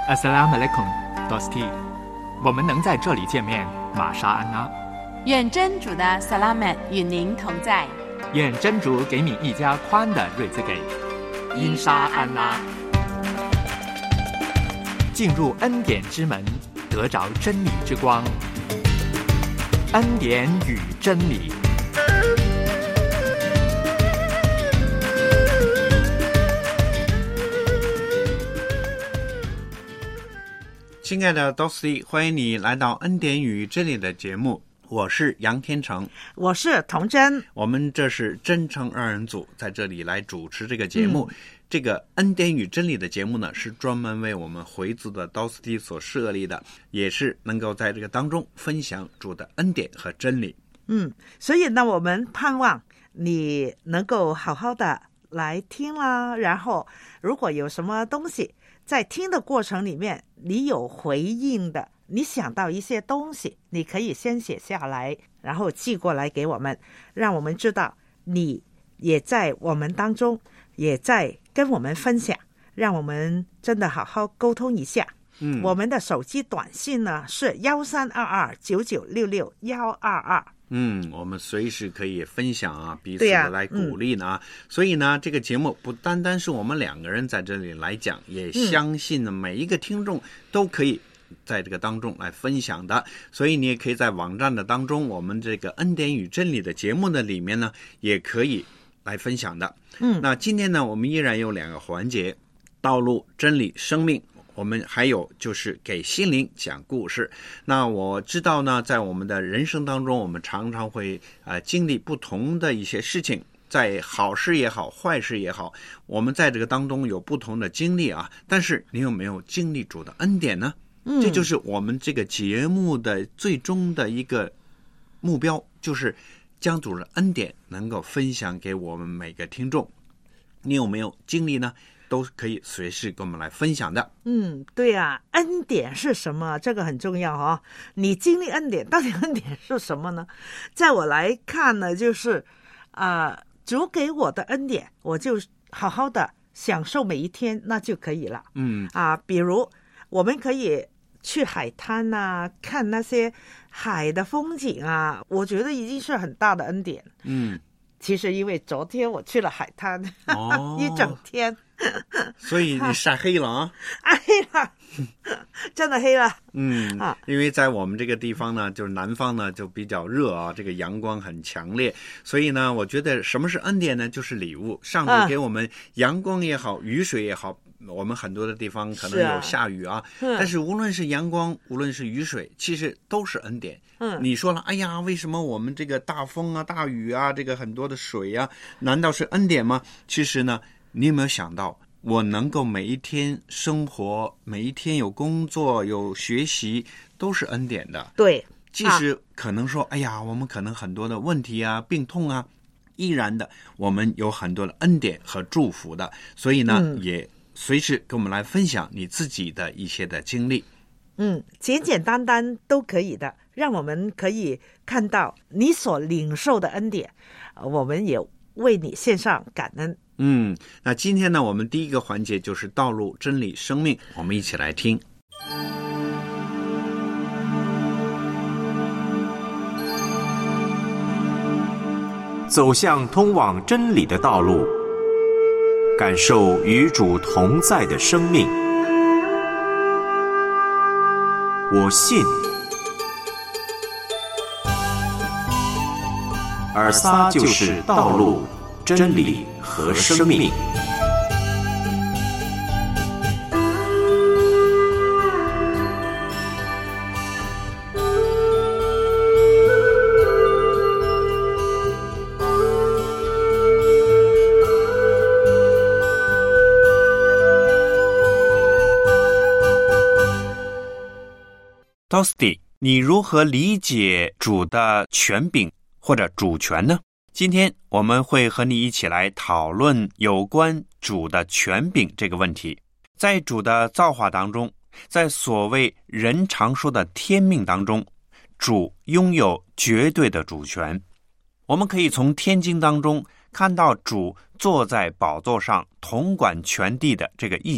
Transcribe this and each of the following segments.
Assalamu alaikum, Dosti。我们能在这里见面，玛莎安娜。 愿真主的萨拉曼与您同在。 愿真主给你一家宽的瑞兹给。因沙安拉。进入恩典之门，得着真理之光。恩典与真理。 亲爱的 Dosti， 欢迎你来到恩典与真理的节目，我是杨天成， 我是童真， 我们这是真诚二人组，在这里来主持这个节目。这个恩典与真理的节目呢，是专门为我们回族的 Dosti 所设立的，也是能够在这个当中分享主的恩典和真理。 所以呢，我们盼望你能够好好的来听啦，然后如果有什么东西在听的过程里面你有回应的，你想到一些东西，你可以先写下来，然后寄过来给我们，让我们知道你也在我们当中，也在跟我们分享，让我们真的好好沟通一下。我们的手机短信呢是132299662122。 我们随时可以分享啊，彼此的来鼓励呢。所以呢，这个节目不单单是我们两个人在这里来讲，也相信呢每一个听众都可以在这个当中来分享的。所以你也可以在网站的当中，我们这个恩典与真理的节目的里面呢，也可以来分享的。那今天呢，我们依然有两个环节：道路、真理、生命。我们还有就是给心灵讲故事。那我知道呢，在我们的人生当中，我们常常会经历不同的一些事情，在好事也好，坏事也好，我们在这个当中有不同的经历啊。但是你有没有经历主的恩典呢？这就是我们这个节目的最终的一个目标，就是将主的恩典能够分享给我们每个听众。你有没有经历呢？都可以随时跟我们来分享的。 对啊，恩典是什么？这个很重要哦。你经历恩典，到底恩典是什么呢？在我来看呢，就是主给我的恩典，我就好好的享受每一天，那就可以了。比如我们可以去海滩啊，看那些海的风景啊，我觉得已经是很大的恩典。其实因为昨天我去了海滩，一整天。 所以你晒黑了啊？ 黑了，真的黑了。 因为在我们这个地方呢，就是南方呢就比较热啊，这个阳光很强烈，所以呢，我觉得什么是恩典呢？就是礼物。上帝给我们阳光也好，雨水也好，我们很多的地方可能有下雨啊，但是无论是阳光，无论是雨水，其实都是恩典。你说了，哎呀，为什么我们这个大风啊、大雨啊，这个很多的水啊，难道是恩典吗？其实呢，你有没有想到，我能够每一天生活，每一天有工作有学习，都是恩典的。 对， 即使可能说，哎呀，我们可能很多的问题啊、病痛啊，依然的我们有很多的恩典和祝福的。所以呢，也随时跟我们来分享你自己的一些的经历。 简简单单都可以的，让我们可以看到你所领受的恩典，我们也为你献上感恩。 那今天呢，我们第一个环节就是道路、真理、生命，我们一起来听。 走向通往真理的道路，感受与主同在的生命。我信，尔撒就是道路、真理和生命。 Dosti， 你如何理解主的权柄或者主权呢？今天我们会和你一起来讨论有关主的权柄这个问题。在主的造化当中，在所谓人常说的天命当中，主拥有绝对的主权。我们可以从天经当中看到主坐在宝座上统管全地的这个意象，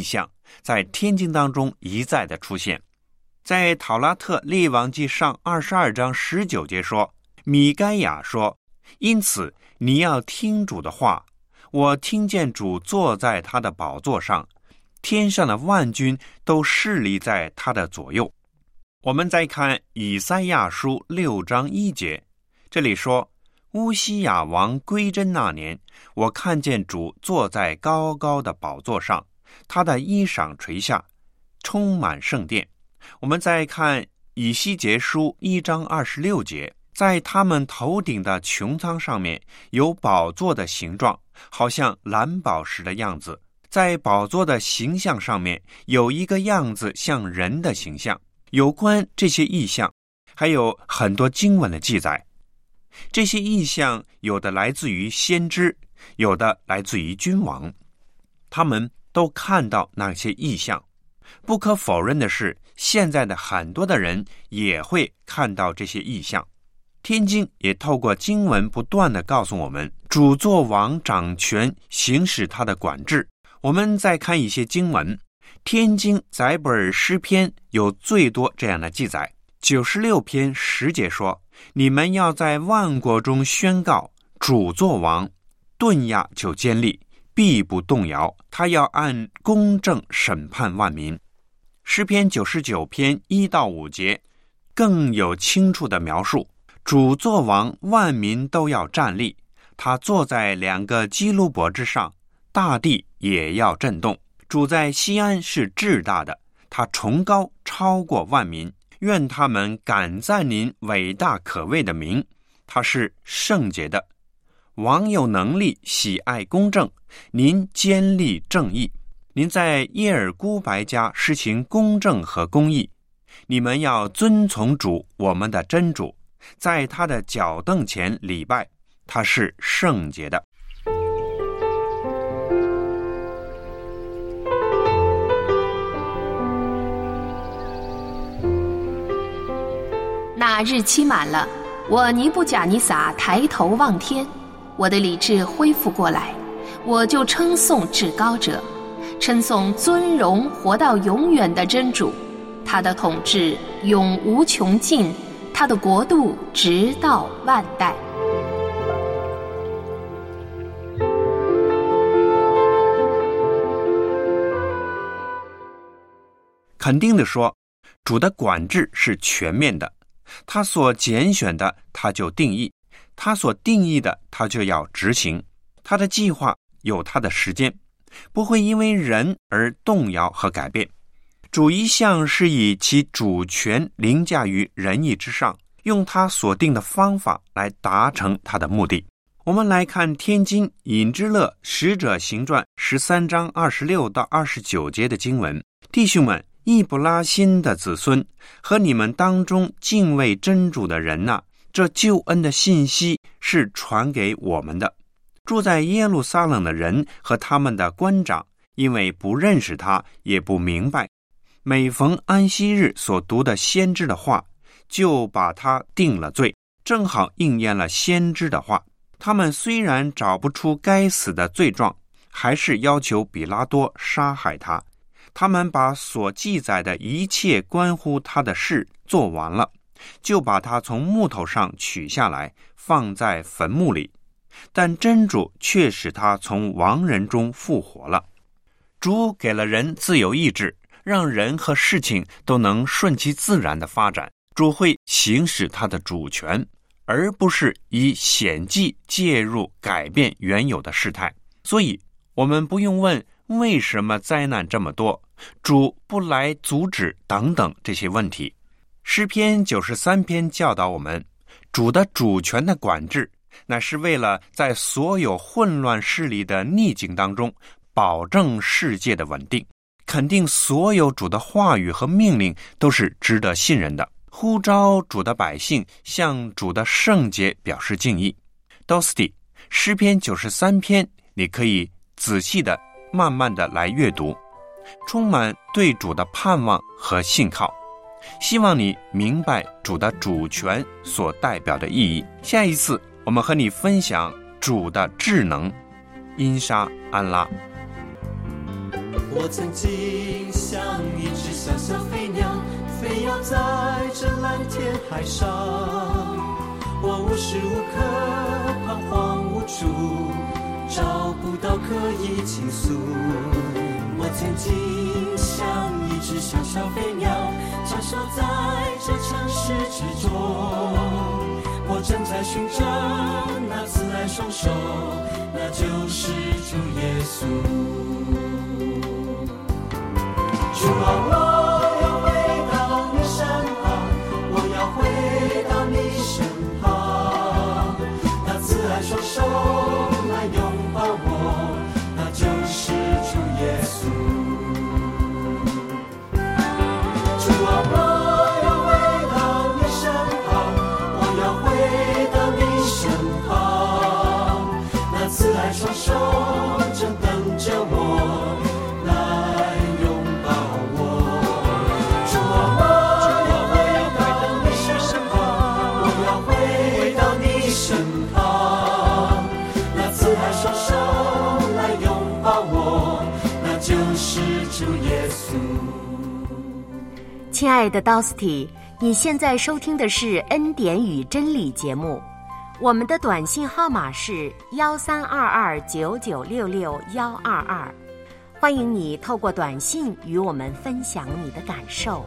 在天经当中一再的出现。在讨拉特列王记上22章19节说，米该亚说，因此你要听主的话，我听见主坐在他的宝座上，天上的万军都侍立在他的左右。我们再看以赛亚书6章1节，这里说，乌西雅王归真那年，我看见主坐在高高的宝座上，他的衣裳垂下，充满圣殿。我们再看以西结书1章26节，在他们头顶的穹苍上面有宝座的形状，好像蓝宝石的样子，在宝座的形象上面有一个样子像人的形象。有关这些意象还有很多经文的记载，这些意象有的来自于先知，有的来自于君王，他们都看到那些意象。不可否认的是，现在的很多的人也会看到这些意象。天经也透过经文不断地告诉我们，主作王掌权，行使他的管制。我们再看一些经文，天经载本诗篇有最多这样的记载，96篇10节说，你们要在万国中宣告，主作王，顿压就坚立，必不动摇，他要按公正审判万民。诗篇99篇1到5节更有清楚的描述，主作王，万民都要站立，他坐在2个基路伯之上，大地也要震动。主在西安是至大的，他崇高超过万民，愿他们感赞您伟大可畏的名，他是圣洁的。王有能力，喜爱公正，您坚立正义，您在耶尔孤白家施行公正和公义。你们要遵从主，我们的真主，在他的脚凳前礼拜，他是圣洁的。 那日期满了，我尼布甲尼撒抬头望天，我的理智恢复过来，我就称颂至高者，称颂尊荣活到永远的真主，他的统治永无穷尽，他的国度直到万代。 肯定地说，主的管制是全面的，他所拣选的他就定义，他所定义的他就要执行，他的计划有他的时间，不会因为人而动摇和改变。主一向是以其主权凌驾于仁义之上，用他所定的方法来达成他的目的。我们来看天津隐之乐使者行传13章26到29节的经文，弟兄们，易卜拉欣的子孙和你们当中敬畏真主的人啊，这救恩的信息是传给我们的。住在耶路撒冷的人和他们的官长，因为不认识他，也不明白，每逢安息日所读的先知的话，就把他定了罪，正好应验了先知的话。他们虽然找不出该死的罪状，还是要求比拉多杀害他。他们把所记载的一切关乎他的事做完了，就把他从木头上取下来，放在坟墓里。但真主却使他从亡人中复活了。主给了人自由意志，让人和事情都能顺其自然的发展。主会行使他的主权，而不是以显迹介入改变原有的事态。所以我们不用问为什么灾难这么多，主不来阻止等等这些问题。诗篇93篇教导我们，主的主权的管制，乃是为了在所有混乱势力的逆境当中，保证世界的稳定，肯定所有主的话语和命令都是值得信任的，呼召主的百姓向主的圣洁表示敬意。Dosti 诗篇93篇，你可以仔细的慢慢的来阅读，充满对主的盼望和信靠。希望你明白主的主权所代表的意义。下一次我们和你分享主的智能。因沙安拉。 我曾经像一只小小飞鸟，飞摇在这蓝天海上，我无时无刻彷徨无助，找不到可以倾诉。我曾经像一只小小飞鸟，长守在这城市之中，我正在寻找那慈爱双手，那就是主耶稣。主啊，我要回到你身旁，我要回到你身旁，那慈爱双手来拥抱我，那就是主耶稣。主啊，我要回到你身旁，我要回到你身旁，那慈爱双手正等着我来拥抱我。主啊，我要回到你身旁，我要回到你身旁，那慈爱双手来拥抱我，那就是主耶稣。 亲爱的 Dosty， 你现在收听的是恩典与真理节目，我们的短信号码是132299666122，欢迎你透过短信与我们分享你的感受。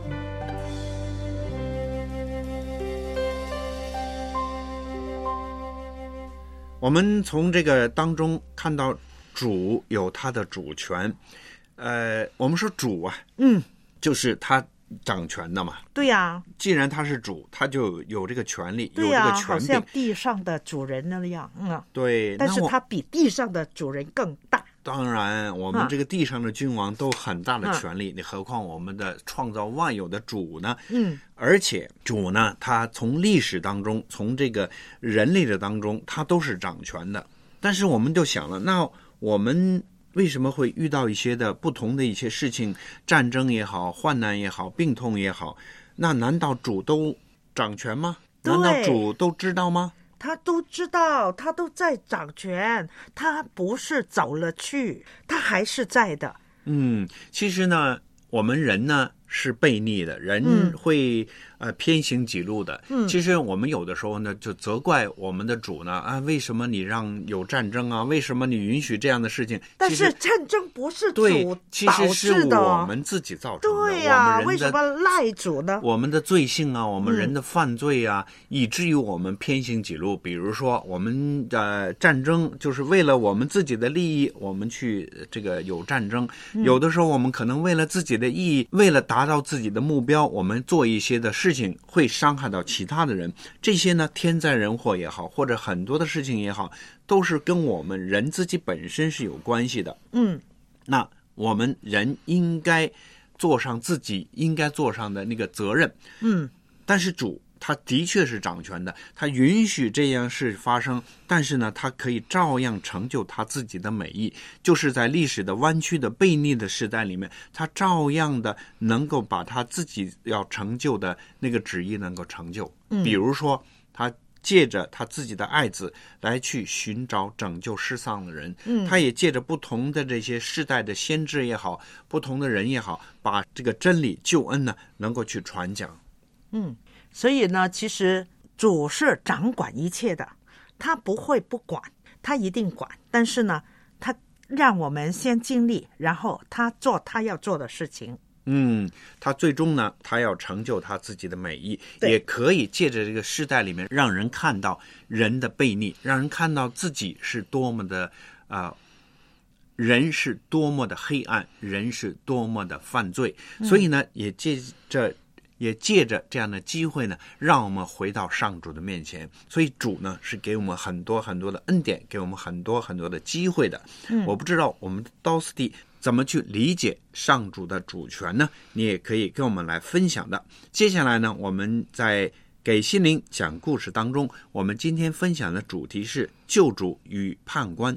我们从这个当中看到主有他的主权，我们说主啊，就是他掌权的嘛。 对呀， 既然他是主，他就有这个权利， 对呀， 有这个权柄， 好像地上的主人那样， 对， 但是他比地上的主人更大。 当然，我们这个地上的君王都很大的权利，你何况我们的创造万有的主呢？而且主呢，他从历史当中，从这个人类的当中，他都是掌权的。但是我们就想了，那我们为什么会遇到一些的不同的一些事情，战争也好，患难也好，病痛也好，那难道主都掌权吗？难道主都知道吗？ 他都知道，他都在掌权，他不是走了去，他还是在的。 其实呢，我们人呢是悖逆的，人会偏行己路的。其实我们有的时候呢，就责怪我们的主呢，为什么你让有战争啊？为什么你允许这样的事情？ 但是战争不是主其实是我们自己造成的。 对呀，为什么赖主呢？ 我们的罪性啊，我们人的犯罪啊，以至于我们偏行己路。比如说，我们战争就是为了我们自己的利益，我们去这个有战争。有的时候我们可能为了自己的意义，为了达到自己的目标，我们做一些的事情会伤害到其他的人。这些呢，天灾人祸也好，或者很多的事情也好，都是跟我们人自己本身是有关系的。那我们人应该做上自己应该做上的那个责任。但是主他的确是掌权的，他允许这样事发生，但是呢，他可以照样成就他自己的美意，就是在历史的弯曲的悖逆的时代里面，他照样的能够把他自己要成就的那个旨意能够成就。比如说，他借着他自己的爱子来去寻找拯救失丧的人，他也借着不同的这些世代的先知也好，不同的人也好，把这个真理救恩呢能够去传讲。 所以呢，其实主是掌管一切的，他不会不管，他一定管。但是呢，他让我们先经历，然后他做他要做的事情。 他最终呢，他要成就他自己的美意，也可以借着这个时代里面，让人看到人的悖逆，让人看到自己是多么的人是多么的黑暗，人是多么的犯罪。所以呢，也借着这样的机会呢，让我们回到上主的面前。所以主呢是给我们很多很多的恩典，给我们很多很多的机会的。我不知道我们的刀斯蒂怎么去理解上主的主权呢？你也可以跟我们来分享的。接下来呢，我们在给心灵讲故事当中，我们今天分享的主题是救主与判官。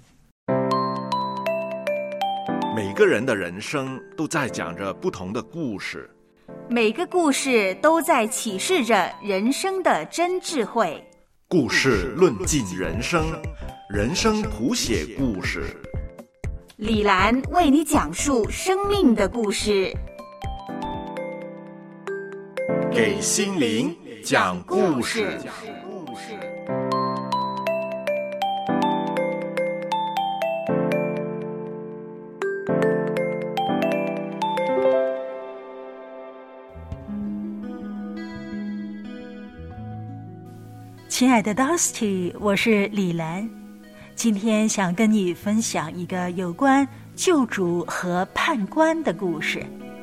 每个人的人生都在讲着不同的故事， 每个故事都在启示着人生的真智慧。 故事论尽人生，人生谱写故事。 李兰为你讲述生命的故事， 给心灵讲故事。 亲爱的 Dusty， 我是李兰，今天想跟你分享一个有关救主和判官的故事。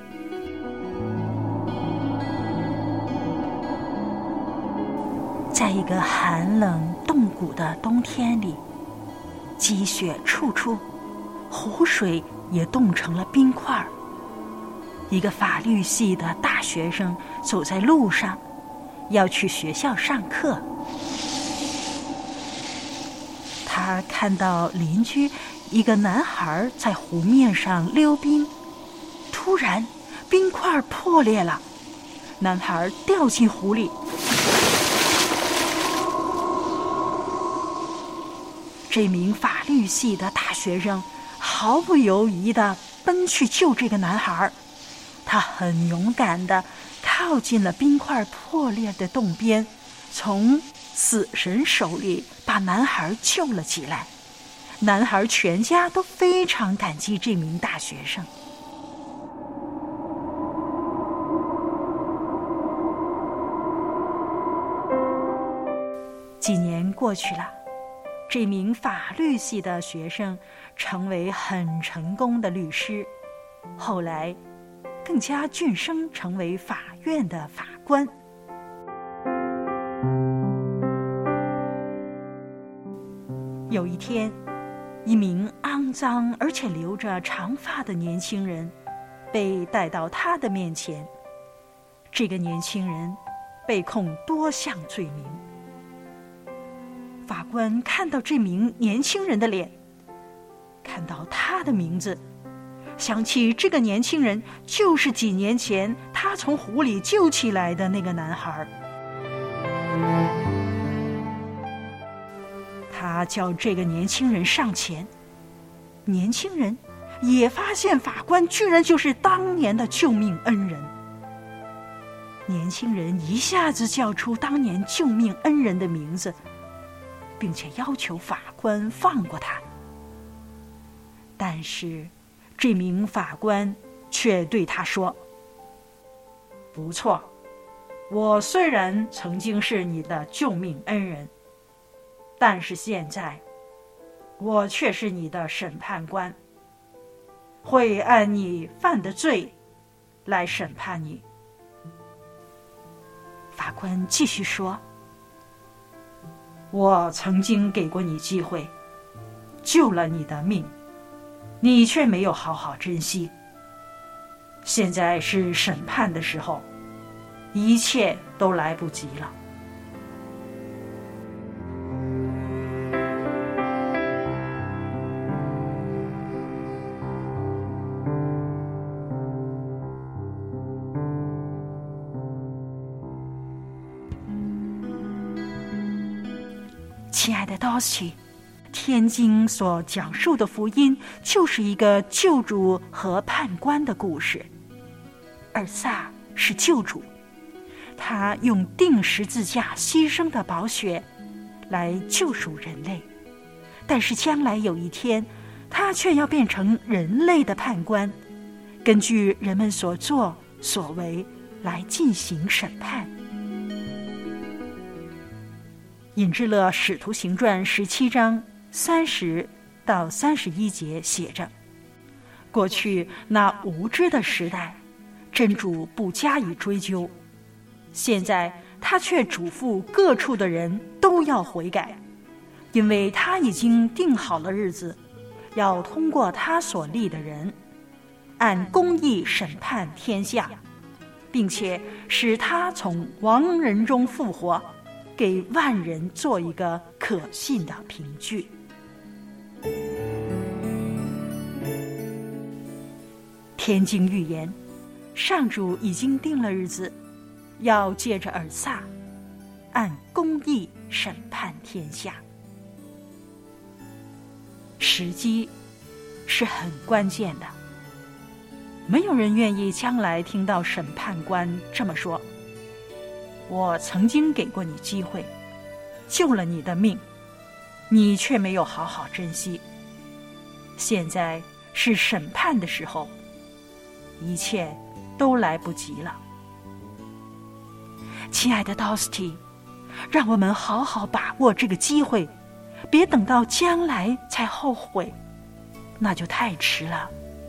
在一个寒冷冻骨的冬天里，积雪处处，湖水也冻成了冰块。一个法律系的大学生走在路上，要去学校上课。他看到邻居一个男孩在湖面上溜冰，突然冰块破裂了，男孩掉进湖里。这名法律系的大学生毫不犹豫地奔去救这个男孩，他很勇敢地靠近了冰块破裂的洞边，从死神手里把男孩救了起来。男孩全家都非常感激这名大学生。几年过去了，这名法律系的学生成为很成功的律师，后来更加晋升成为法院的法官。有一天，一名肮脏而且留着长发的年轻人被带到他的面前。这个年轻人被控多项罪名。法官看到这名年轻人的脸，看到他的名字，想起这个年轻人就是几年前他从湖里救起来的那个男孩。他叫这个年轻人上前，年轻人也发现法官居然就是当年的救命恩人。年轻人一下子叫出当年救命恩人的名字，并且要求法官放过他。但是这名法官却对他说：不错，我虽然曾经是你的救命恩人，但是现在我却是你的审判官，会按你犯的罪来审判你。法官继续说：我曾经给过你机会，救了你的命，你却没有好好珍惜。现在是审判的时候，一切都来不及了。亲爱的 Dusty， 天经所讲述的福音就是一个救主和判官的故事。尔撒是救主，他用钉十字架牺牲的宝血来救赎人类，但是将来有一天，他却要变成人类的判官，根据人们所作所为来进行审判。引致了《使徒行传》17章30到31节写着：过去那无知的时代，真主不加以追究，现在他却嘱咐各处的人都要悔改，因为他已经定好了日子，要通过他所立的人，按公义审判天下，并且使他从亡人中复活，给万人做一个可信的凭据。天经预言，上主已经定了日子，要借着尔撒按公义审判天下。时机是很关键的。没有人愿意将来听到审判官这么说：我曾经给过你机会，救了你的命，你却没有好好珍惜。现在是审判的时候，一切都来不及了。亲爱的 Dusty， 让我们好好把握这个机会，别等到将来才后悔，那就太迟了。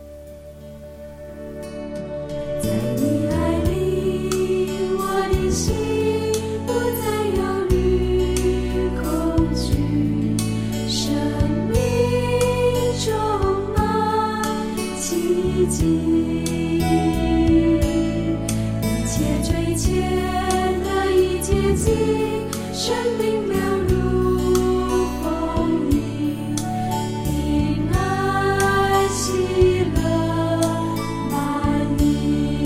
在你爱里，我的心不再忧虑恐惧，生命充满奇迹，一切追前的已接近，生命流入风雨，平安喜乐满溢。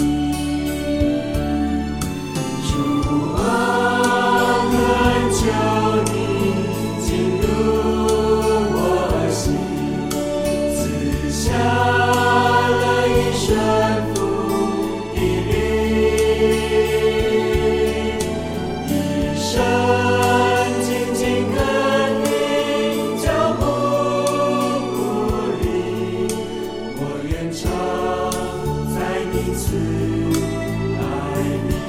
主啊，恳求你进入我心，赐下了一顺服的灵，一生紧紧跟你脚步不离，我愿常在你慈爱里。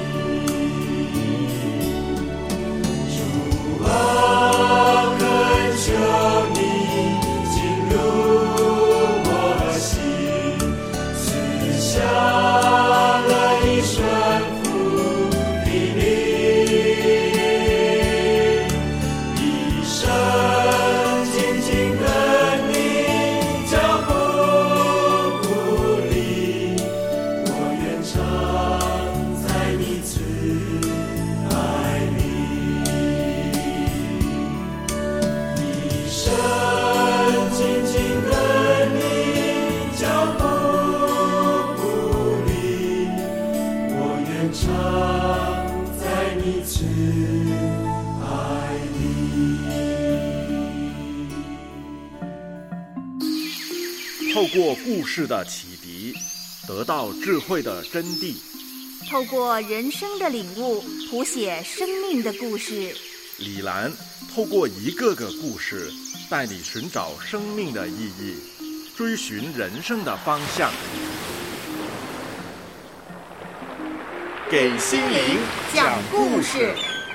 主啊，恳求你进入我心，赐下了一顺服的灵，一生紧紧跟你脚步不离，我愿常在你慈爱里，一生紧紧跟你脚步不离，我愿常在你慈爱里。 透过故事的启迪，得到智慧的真谛。 透过人生的领悟，谱写生命的故事。 李兰透过一个个故事，带你寻找生命的意义，追寻人生的方向。 给心灵讲故事。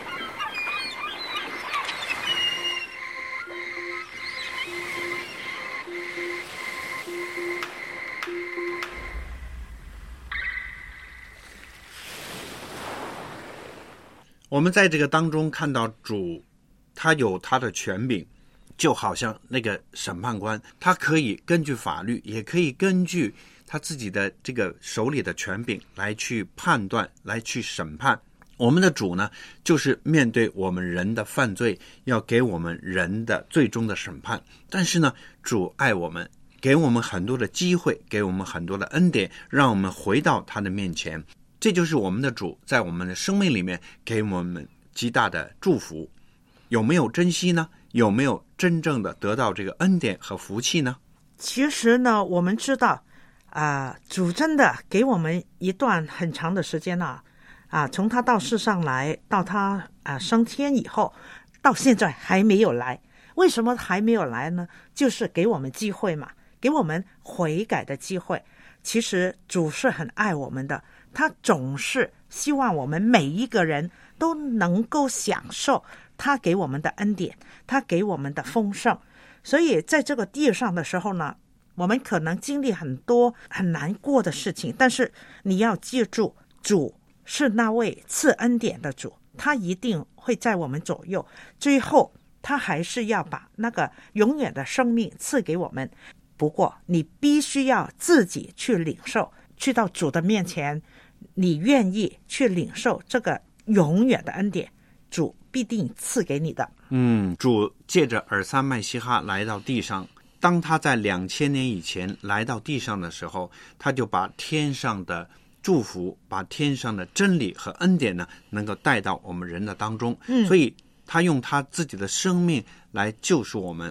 我们在这个当中看到主，他有他的权柄，就好像那个审判官，他可以根据法律，也可以根据他自己的这个手里的权柄来去判断，来去审判。我们的主呢，就是面对我们人的犯罪，要给我们人的最终的审判。但是呢，主爱我们，给我们很多的机会，给我们很多的恩典，让我们回到他的面前。这就是我们的主在我们的生命里面给我们极大的祝福。有没有珍惜呢？有没有真正的得到这个恩典和福气呢？ 其实呢，我们知道主真的给我们一段很长的时间从他到世上来，到他升天以后，到现在还没有来。为什么还没有来呢？就是给我们机会嘛，给我们悔改的机会。其实主是很爱我们的，他总是希望我们每一个人都能够享受他给我们的恩典，他给我们的丰盛。所以在这个地上的时候呢，我们可能经历很多很难过的事情，但是你要记住，主是那位赐恩典的主，他一定会在我们左右，最后他还是要把那个永远的生命赐给我们。不过你必须要自己去领受，去到主的面前，你愿意去领受这个永远的恩典，主必定赐给你的。 主借着尔撒麦西哈来到地上，当他在2000年以前来到地上的时候，他就把天上的祝福，把天上的真理和恩典呢，能够带到我们人的当中。所以他用他自己的生命来救赎我们，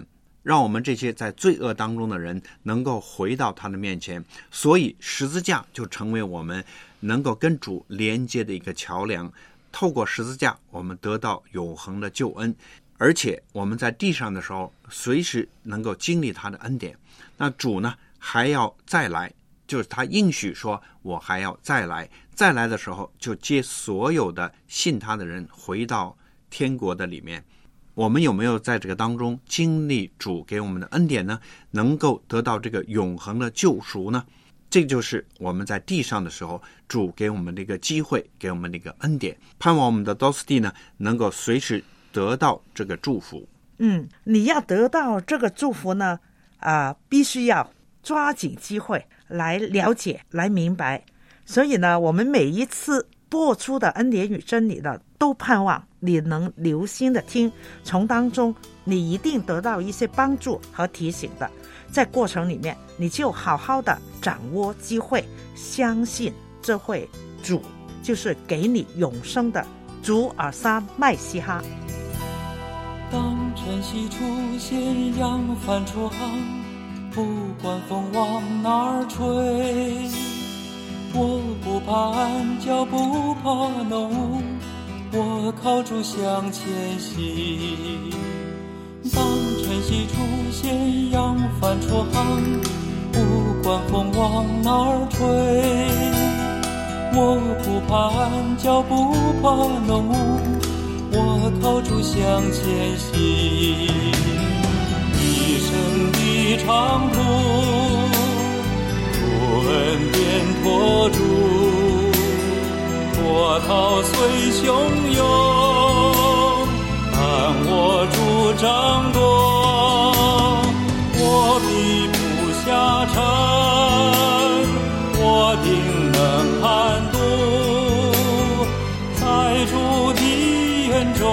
让我们这些在罪恶当中的人能够回到他的面前。所以十字架就成为我们能够跟主连接的一个桥梁，透过十字架我们得到永恒的救恩，而且我们在地上的时候随时能够经历他的恩典。那主呢还要再来，就是他应许说我还要再来，再来的时候就接所有的信他的人回到天国的里面。我们有没有在这个当中经历主给我们的恩典呢？能够得到这个永恒的救赎呢？这就是我们在地上的时候主给我们的一个机会，给我们的一个恩典，盼望我们的 Dosty 呢能够随时得到这个祝福。 你要得到这个祝福呢必须要抓紧机会来了解来明白。所以呢我们每一次播出的恩典与真理的都盼望你能留心的听，从当中你一定得到一些帮助和提醒的。在过程里面你就好好的掌握机会，相信这会主就是给你永生的主尔撒麦西哈。 当晨曦出现，扬帆出航，不管风往哪儿吹，我不怕暗角，不怕浓雾，我靠主向前行。当晨曦出现，扬帆出航，不管风往哪儿吹，我不怕暗角，不怕浓雾，我靠主向前行。一生的长途，主恩典托住，波涛虽汹涌，但我主掌舵，我必不下沉，我定能攀渡，在主的恩中，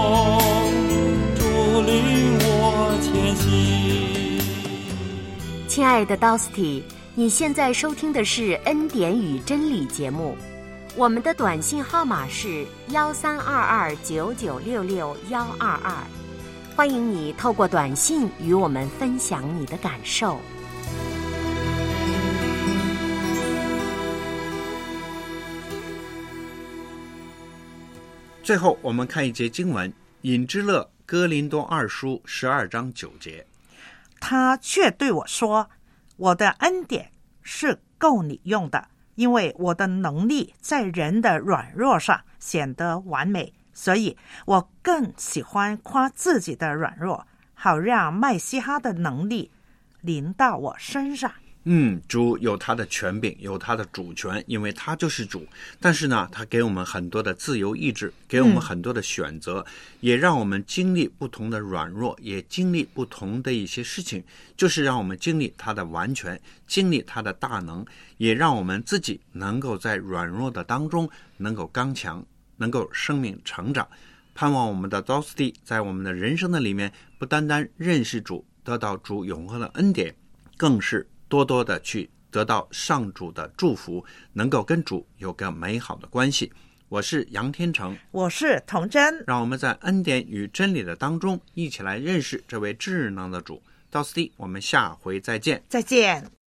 主领我前行。 亲爱的 Dosty， 你现在收听的是恩典与真理节目，我们的短信号码是132299666122，欢迎你透过短信与我们分享你的感受。 最后我们看一节经文，引之勒哥林多2书12章9节， 他却对我说，我的恩典是够你用的，因为我的能力在人的软弱上显得完美，所以我更喜欢夸自己的软弱，好让麦西哈的能力临到我身上。 主有他的权柄，有他的主权，因为他就是主。但是呢，他给我们很多的自由意志，给我们很多的选择，也让我们经历不同的软弱，也经历不同的一些事情，就是让我们经历他的完全，经历他的大能，也让我们自己能够在软弱的当中能够刚强，能够生命成长。盼望我们的 Dosty 在我们的人生的里面，不单单认识主，得到主永恒的恩典，更是多多的去得到上主的祝福，能够跟主有个美好的关系。我是杨天成， 我是童真， 让我们在恩典与真理的当中一起来认识这位至能的主。Dosty，我们下回再见。 再见。